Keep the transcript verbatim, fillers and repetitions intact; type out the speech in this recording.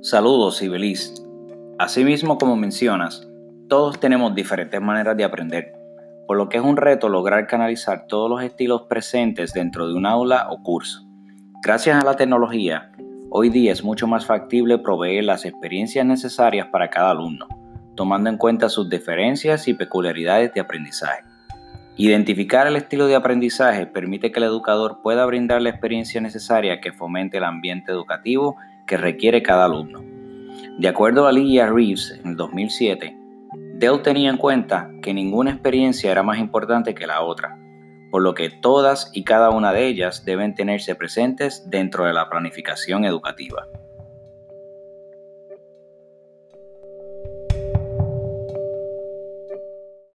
Saludos, Cibelis. Asimismo, como mencionas, todos tenemos diferentes maneras de aprender, por lo que es un reto lograr canalizar todos los estilos presentes dentro de un aula o curso. Gracias a la tecnología, hoy día es mucho más factible proveer las experiencias necesarias para cada alumno, tomando en cuenta sus diferencias y peculiaridades de aprendizaje. Identificar el estilo de aprendizaje permite que el educador pueda brindar la experiencia necesaria que fomente el ambiente educativo que requiere cada alumno. De acuerdo a Lee y Reeves en el dos mil siete, Dell tenía en cuenta que ninguna experiencia era más importante que la otra, por lo que todas y cada una de ellas deben tenerse presentes dentro de la planificación educativa.